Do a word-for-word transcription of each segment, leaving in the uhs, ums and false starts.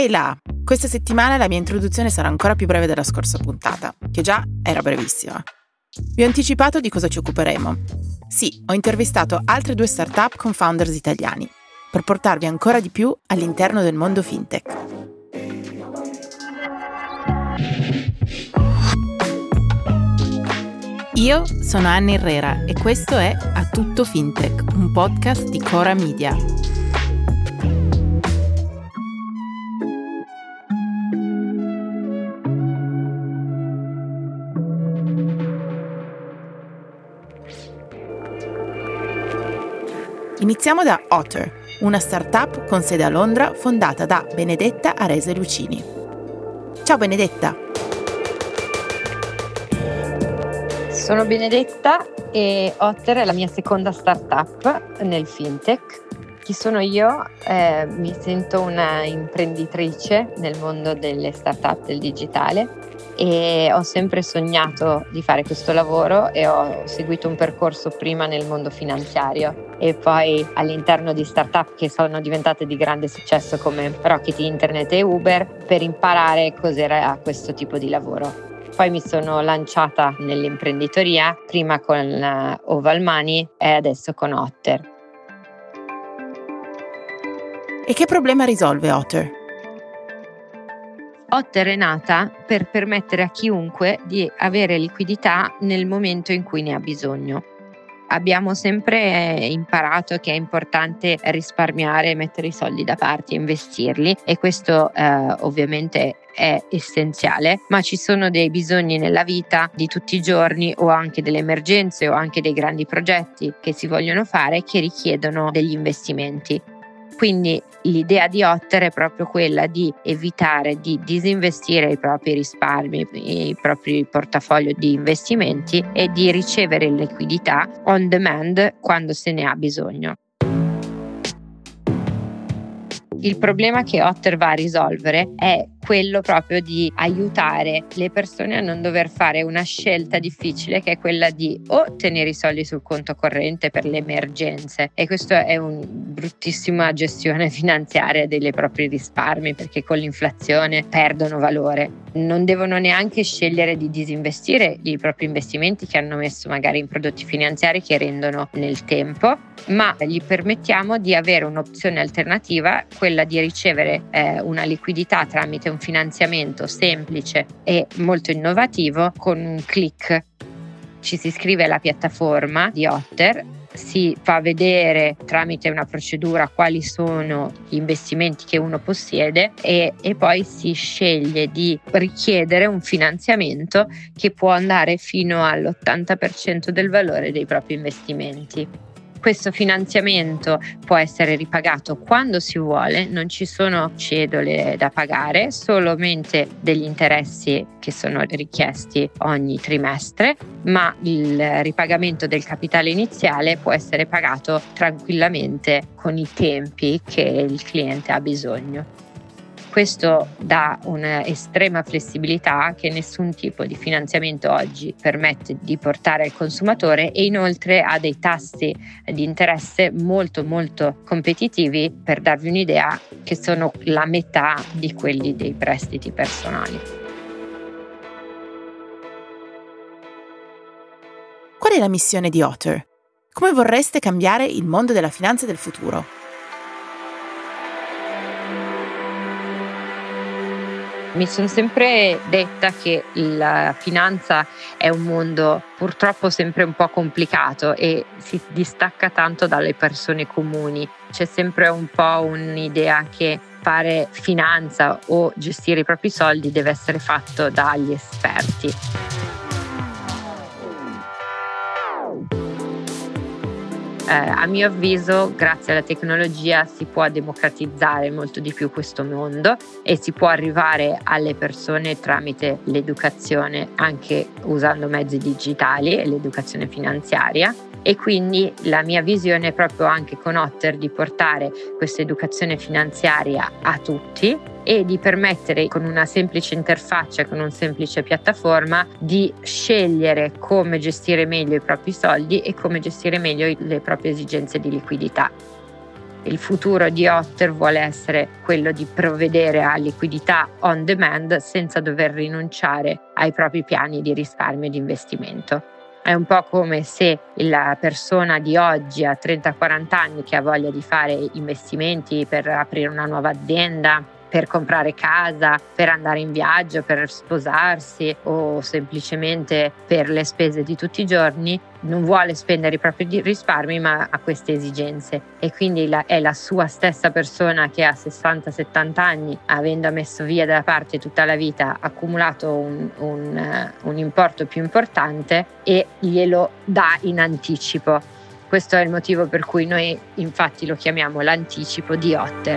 Ehi là! Questa settimana la mia introduzione sarà ancora più breve della scorsa puntata, che già era brevissima. Vi ho anticipato di cosa ci occuperemo. Sì, ho intervistato altre due startup con founders italiani, per portarvi ancora di più all'interno del mondo fintech. Io sono Anna Herrera e questo è A Tutto Fintech, un podcast di Cora Media. Iniziamo da Otter, una startup con sede a Londra fondata da Benedetta Arese Lucini. Ciao Benedetta! Sono Benedetta e Otter è la mia seconda startup nel fintech. Chi sono io? Eh, mi sento una imprenditrice nel mondo delle startup del digitale e ho sempre sognato di fare questo lavoro e ho seguito un percorso prima nel mondo finanziario e poi all'interno di startup che sono diventate di grande successo come Rocket Internet e Uber per imparare cos'era questo tipo di lavoro. Poi mi sono lanciata nell'imprenditoria, prima con Oval Money e adesso con Otter. E che problema risolve Otter? Otter è nata per permettere a chiunque di avere liquidità nel momento in cui ne ha bisogno. Abbiamo sempre imparato che è importante risparmiare, mettere i soldi da parte, investirli e questo eh, ovviamente è essenziale, ma ci sono dei bisogni nella vita di tutti i giorni o anche delle emergenze o anche dei grandi progetti che si vogliono fare che richiedono degli investimenti. Quindi l'idea di Otter è proprio quella di evitare di disinvestire i propri risparmi, i propri portafogli di investimenti e di ricevere liquidità on demand quando se ne ha bisogno. Il problema che Otter va a risolvere è quello proprio di aiutare le persone a non dover fare una scelta difficile che è quella di o tenere i soldi sul conto corrente per le emergenze e questo è una bruttissima gestione finanziaria dei propri risparmi perché con l'inflazione perdono valore. Non devono neanche scegliere di disinvestire i propri investimenti che hanno messo magari in prodotti finanziari che rendono nel tempo, ma gli permettiamo di avere un'opzione alternativa, quella di ricevere eh, una liquidità tramite un finanziamento semplice e molto innovativo con un click. Ci si iscrive alla piattaforma di Otter, si fa vedere tramite una procedura quali sono gli investimenti che uno possiede e, e poi si sceglie di richiedere un finanziamento che può andare fino all'ottanta per cento del valore dei propri investimenti. Questo finanziamento può essere ripagato quando si vuole, non ci sono cedole da pagare, solamente degli interessi che sono richiesti ogni trimestre, ma il ripagamento del capitale iniziale può essere pagato tranquillamente con i tempi che il cliente ha bisogno. Questo dà un'estrema flessibilità che nessun tipo di finanziamento oggi permette di portare al consumatore e inoltre ha dei tassi di interesse molto molto competitivi, per darvi un'idea, che sono la metà di quelli dei prestiti personali. Qual è la missione di Otter? Come vorreste cambiare il mondo della finanza del futuro? Mi sono sempre detta che la finanza è un mondo purtroppo sempre un po' complicato e si distacca tanto dalle persone comuni. C'è sempre un po' un'idea che fare finanza o gestire i propri soldi deve essere fatto dagli esperti. Eh, a mio avviso, grazie alla tecnologia si può democratizzare molto di più questo mondo e si può arrivare alle persone tramite l'educazione anche usando mezzi digitali e l'educazione finanziaria. E quindi la mia visione è proprio anche con Otter di portare questa educazione finanziaria a tutti e di permettere con una semplice interfaccia, con una semplice piattaforma, di scegliere come gestire meglio i propri soldi e come gestire meglio le proprie esigenze di liquidità. Il futuro di Otter vuole essere quello di provvedere a liquidità on demand senza dover rinunciare ai propri piani di risparmio e di investimento. È un po' come se la persona di oggi a trenta quaranta anni che ha voglia di fare investimenti per aprire una nuova azienda, per comprare casa, per andare in viaggio, per sposarsi o semplicemente per le spese di tutti i giorni, non vuole spendere i propri risparmi ma ha queste esigenze, e quindi la, è la sua stessa persona che a sessanta settanta anni, avendo messo via da parte tutta la vita, ha accumulato un, un, uh, un importo più importante e glielo dà in anticipo. Questo è il motivo per cui noi infatti lo chiamiamo l'anticipo di Otter.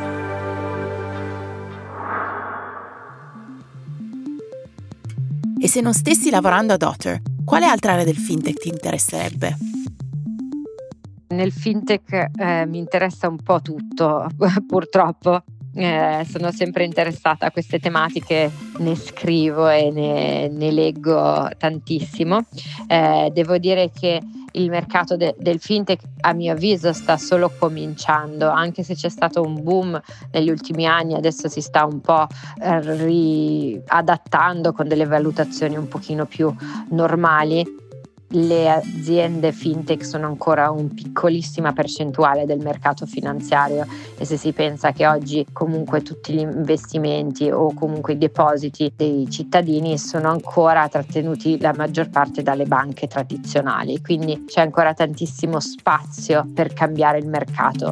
E se non stessi lavorando ad Otter, quale altra area del fintech ti interesserebbe? Nel fintech eh, mi interessa un po' tutto, purtroppo. Eh, sono sempre interessata a queste tematiche, ne scrivo e ne, ne leggo tantissimo. Eh, devo dire che il mercato de- del fintech, a mio avviso, sta solo cominciando, anche se c'è stato un boom negli ultimi anni. Adesso si sta un po' riadattando con delle valutazioni un pochino più normali. Le aziende fintech sono ancora un piccolissima percentuale del mercato finanziario, e se si pensa che oggi comunque tutti gli investimenti o comunque i depositi dei cittadini sono ancora trattenuti la maggior parte dalle banche tradizionali, quindi c'è ancora tantissimo spazio per cambiare il mercato.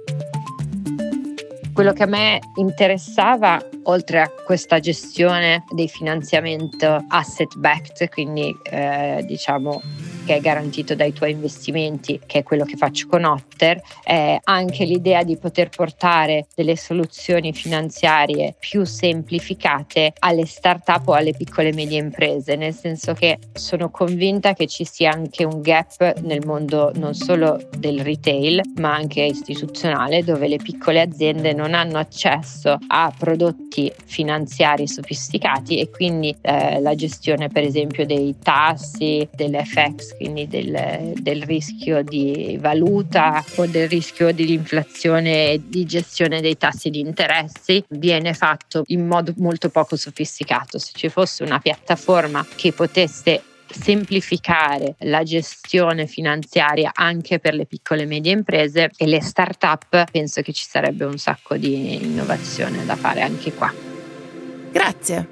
Quello che a me interessava, oltre a questa gestione dei finanziamento asset backed, quindi eh, diciamo che è garantito dai tuoi investimenti, che è quello che faccio con Otter, è anche l'idea di poter portare delle soluzioni finanziarie più semplificate alle start-up o alle piccole e medie imprese, nel senso che sono convinta che ci sia anche un gap nel mondo non solo del retail ma anche istituzionale, dove le piccole aziende non hanno accesso a prodotti finanziari sofisticati, e quindi eh, la gestione per esempio dei tassi, dell'F X, quindi del, del rischio di valuta o del rischio dell'inflazione e di gestione dei tassi di interessi, viene fatto in modo molto poco sofisticato. Se ci fosse una piattaforma che potesse semplificare la gestione finanziaria anche per le piccole e medie imprese e le start-up, penso che ci sarebbe un sacco di innovazione da fare anche qua. Grazie.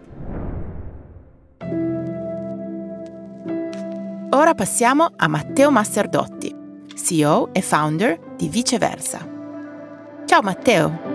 Ora passiamo a Matteo Masserdotti, C E O e founder di Viceversa. Ciao Matteo!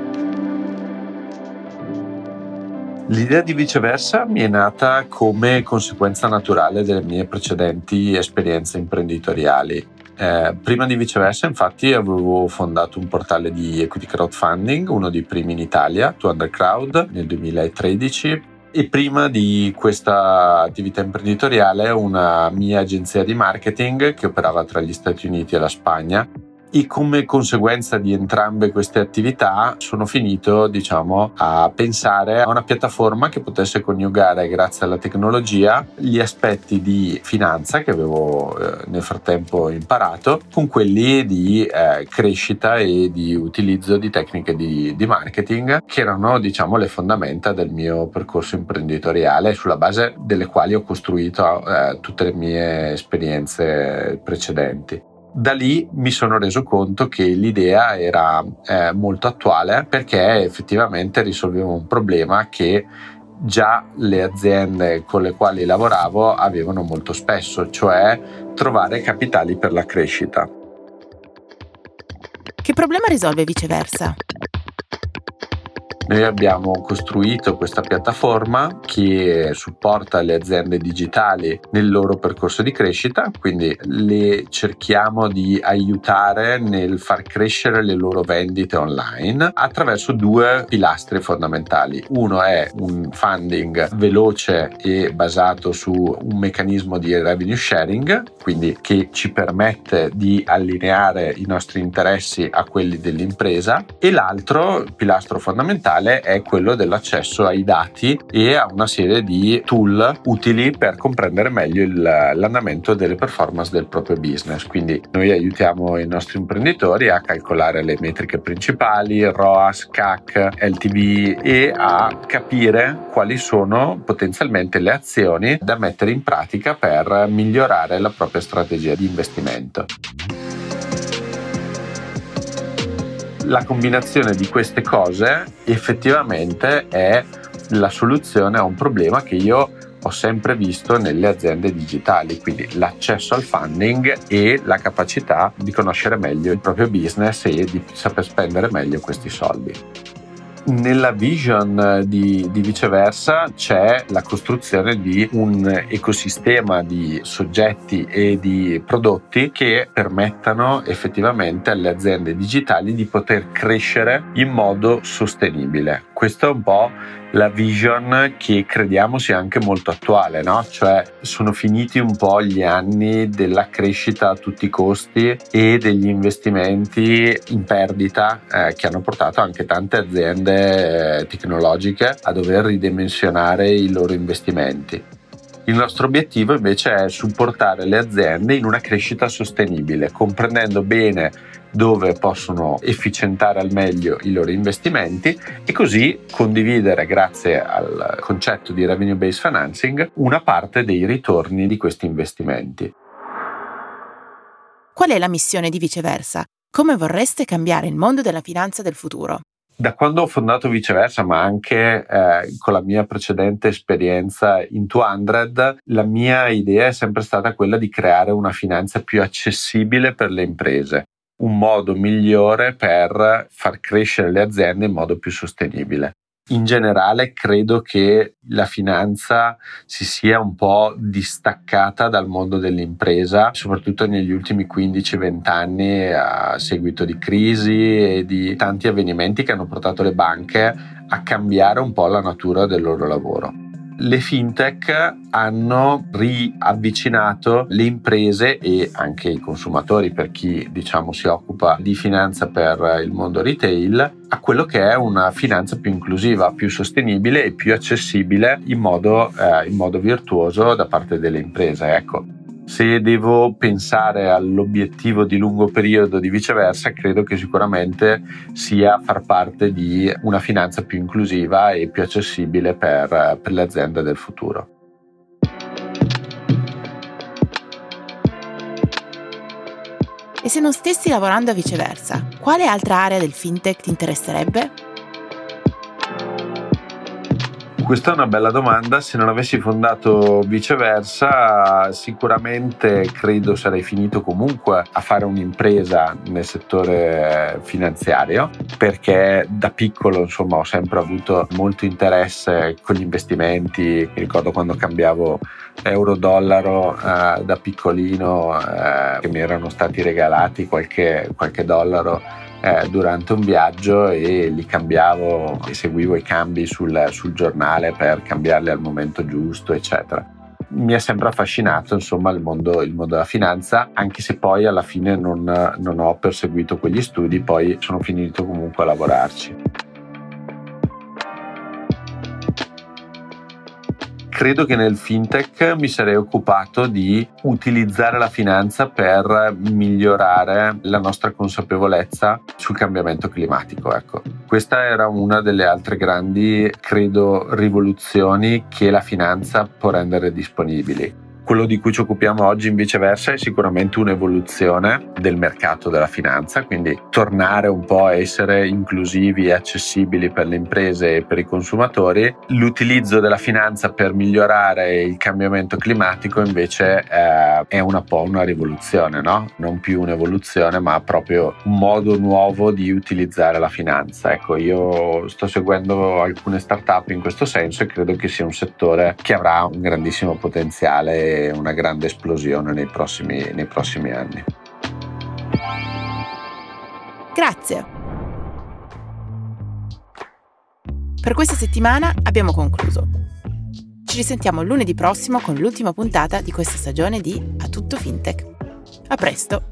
L'idea di Viceversa mi è nata come conseguenza naturale delle mie precedenti esperienze imprenditoriali. Eh, prima di Viceversa, infatti, avevo fondato un portale di equity crowdfunding, uno dei primi in Italia, two hundred Crowd, nel duemilatredici. E prima di questa attività imprenditoriale una mia agenzia di marketing che operava tra gli Stati Uniti e la Spagna, e come conseguenza di entrambe queste attività sono finito, diciamo, a pensare a una piattaforma che potesse coniugare, grazie alla tecnologia, gli aspetti di finanza che avevo eh, nel frattempo imparato con quelli di eh, crescita e di utilizzo di tecniche di, di marketing, che erano, diciamo, le fondamenta del mio percorso imprenditoriale, sulla base delle quali ho costruito eh, tutte le mie esperienze precedenti. Da lì mi sono reso conto che l'idea era eh, molto attuale, perché effettivamente risolveva un problema che già le aziende con le quali lavoravo avevano molto spesso, cioè trovare capitali per la crescita. Che problema risolve Viceversa? Noi abbiamo costruito questa piattaforma che supporta le aziende digitali nel loro percorso di crescita, quindi le cerchiamo di aiutare nel far crescere le loro vendite online attraverso due pilastri fondamentali. Uno è un funding veloce e basato su un meccanismo di revenue sharing, quindi che ci permette di allineare i nostri interessi a quelli dell'impresa, e l'altro pilastro fondamentale principale è quello dell'accesso ai dati e a una serie di tool utili per comprendere meglio il, l'andamento delle performance del proprio business. Quindi noi aiutiamo i nostri imprenditori a calcolare le metriche principali, R O A S, C A C, L T V, e a capire quali sono potenzialmente le azioni da mettere in pratica per migliorare la propria strategia di investimento. La combinazione di queste cose effettivamente è la soluzione a un problema che io ho sempre visto nelle aziende digitali, quindi l'accesso al funding e la capacità di conoscere meglio il proprio business e di saper spendere meglio questi soldi. Nella vision di, di Viceversa c'è la costruzione di un ecosistema di soggetti e di prodotti che permettano effettivamente alle aziende digitali di poter crescere in modo sostenibile. Questo è un po' la vision che crediamo sia anche molto attuale, no? Cioè sono finiti un po' gli anni della crescita a tutti i costi e degli investimenti in perdita eh, che hanno portato anche tante aziende eh, tecnologiche a dover ridimensionare i loro investimenti. Il nostro obiettivo invece è supportare le aziende in una crescita sostenibile, comprendendo bene dove possono efficientare al meglio i loro investimenti e così condividere, grazie al concetto di revenue based financing, una parte dei ritorni di questi investimenti. Qual è la missione di Viceversa? Come vorreste cambiare il mondo della finanza del futuro? Da quando ho fondato Viceversa, ma anche eh, con la mia precedente esperienza in duecento, la mia idea è sempre stata quella di creare una finanza più accessibile per le imprese, un modo migliore per far crescere le aziende in modo più sostenibile. In generale credo che la finanza si sia un po' distaccata dal mondo dell'impresa, soprattutto negli ultimi quindici venti anni a seguito di crisi e di tanti avvenimenti che hanno portato le banche a cambiare un po' la natura del loro lavoro. Le fintech hanno riavvicinato le imprese e anche i consumatori, per chi diciamo si occupa di finanza per il mondo retail, a quello che è una finanza più inclusiva, più sostenibile e più accessibile in modo, eh, in modo virtuoso da parte delle imprese. Ecco. Se devo pensare all'obiettivo di lungo periodo di Viceversa, credo che sicuramente sia far parte di una finanza più inclusiva e più accessibile per, per le aziende del futuro. E se non stessi lavorando a Viceversa, quale altra area del fintech ti interesserebbe? Questa è una bella domanda. Se non avessi fondato Viceversa, sicuramente credo sarei finito comunque a fare un'impresa nel settore finanziario, perché da piccolo insomma ho sempre avuto molto interesse con gli investimenti. Mi ricordo quando cambiavo euro-dollaro eh, da piccolino, eh, che mi erano stati regalati qualche, qualche dollaro Eh, durante un viaggio e li cambiavo e seguivo i cambi sul, sul giornale per cambiarli al momento giusto, eccetera. Mi è sempre affascinato insomma il mondo, il mondo della finanza, anche se poi alla fine non, non ho perseguito quegli studi, poi sono finito comunque a lavorarci. Credo che nel fintech mi sarei occupato di utilizzare la finanza per migliorare la nostra consapevolezza sul cambiamento climatico. Ecco. Questa era una delle altre grandi, credo, rivoluzioni che la finanza può rendere disponibili. Quello di cui ci occupiamo oggi in Viceversa è sicuramente un'evoluzione del mercato della finanza, quindi tornare un po' a essere inclusivi e accessibili per le imprese e per i consumatori. L'utilizzo della finanza per migliorare il cambiamento climatico invece eh, è un po' una rivoluzione, no? Non più un'evoluzione, ma proprio un modo nuovo di utilizzare la finanza. Ecco, io sto seguendo alcune startup in questo senso e credo che sia un settore che avrà un grandissimo potenziale e una grande esplosione nei prossimi, nei prossimi anni. Grazie. Per questa settimana abbiamo concluso. Ci risentiamo lunedì prossimo con l'ultima puntata di questa stagione di A Tutto Fintech. A presto!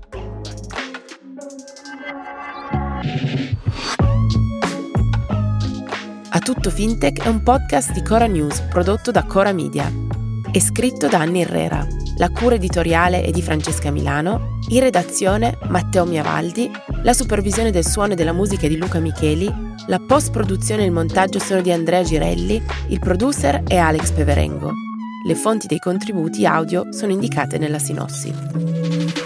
A Tutto Fintech è un podcast di Cora News prodotto da Cora Media. È scritto da Anna Herrera. La cura editoriale è di Francesca Milano, in redazione Matteo Miavaldi, la supervisione del suono e della musica è di Luca Micheli, la post-produzione e il montaggio sono di Andrea Girelli, il producer è Alex Peverengo. Le fonti dei contributi audio sono indicate nella sinossi.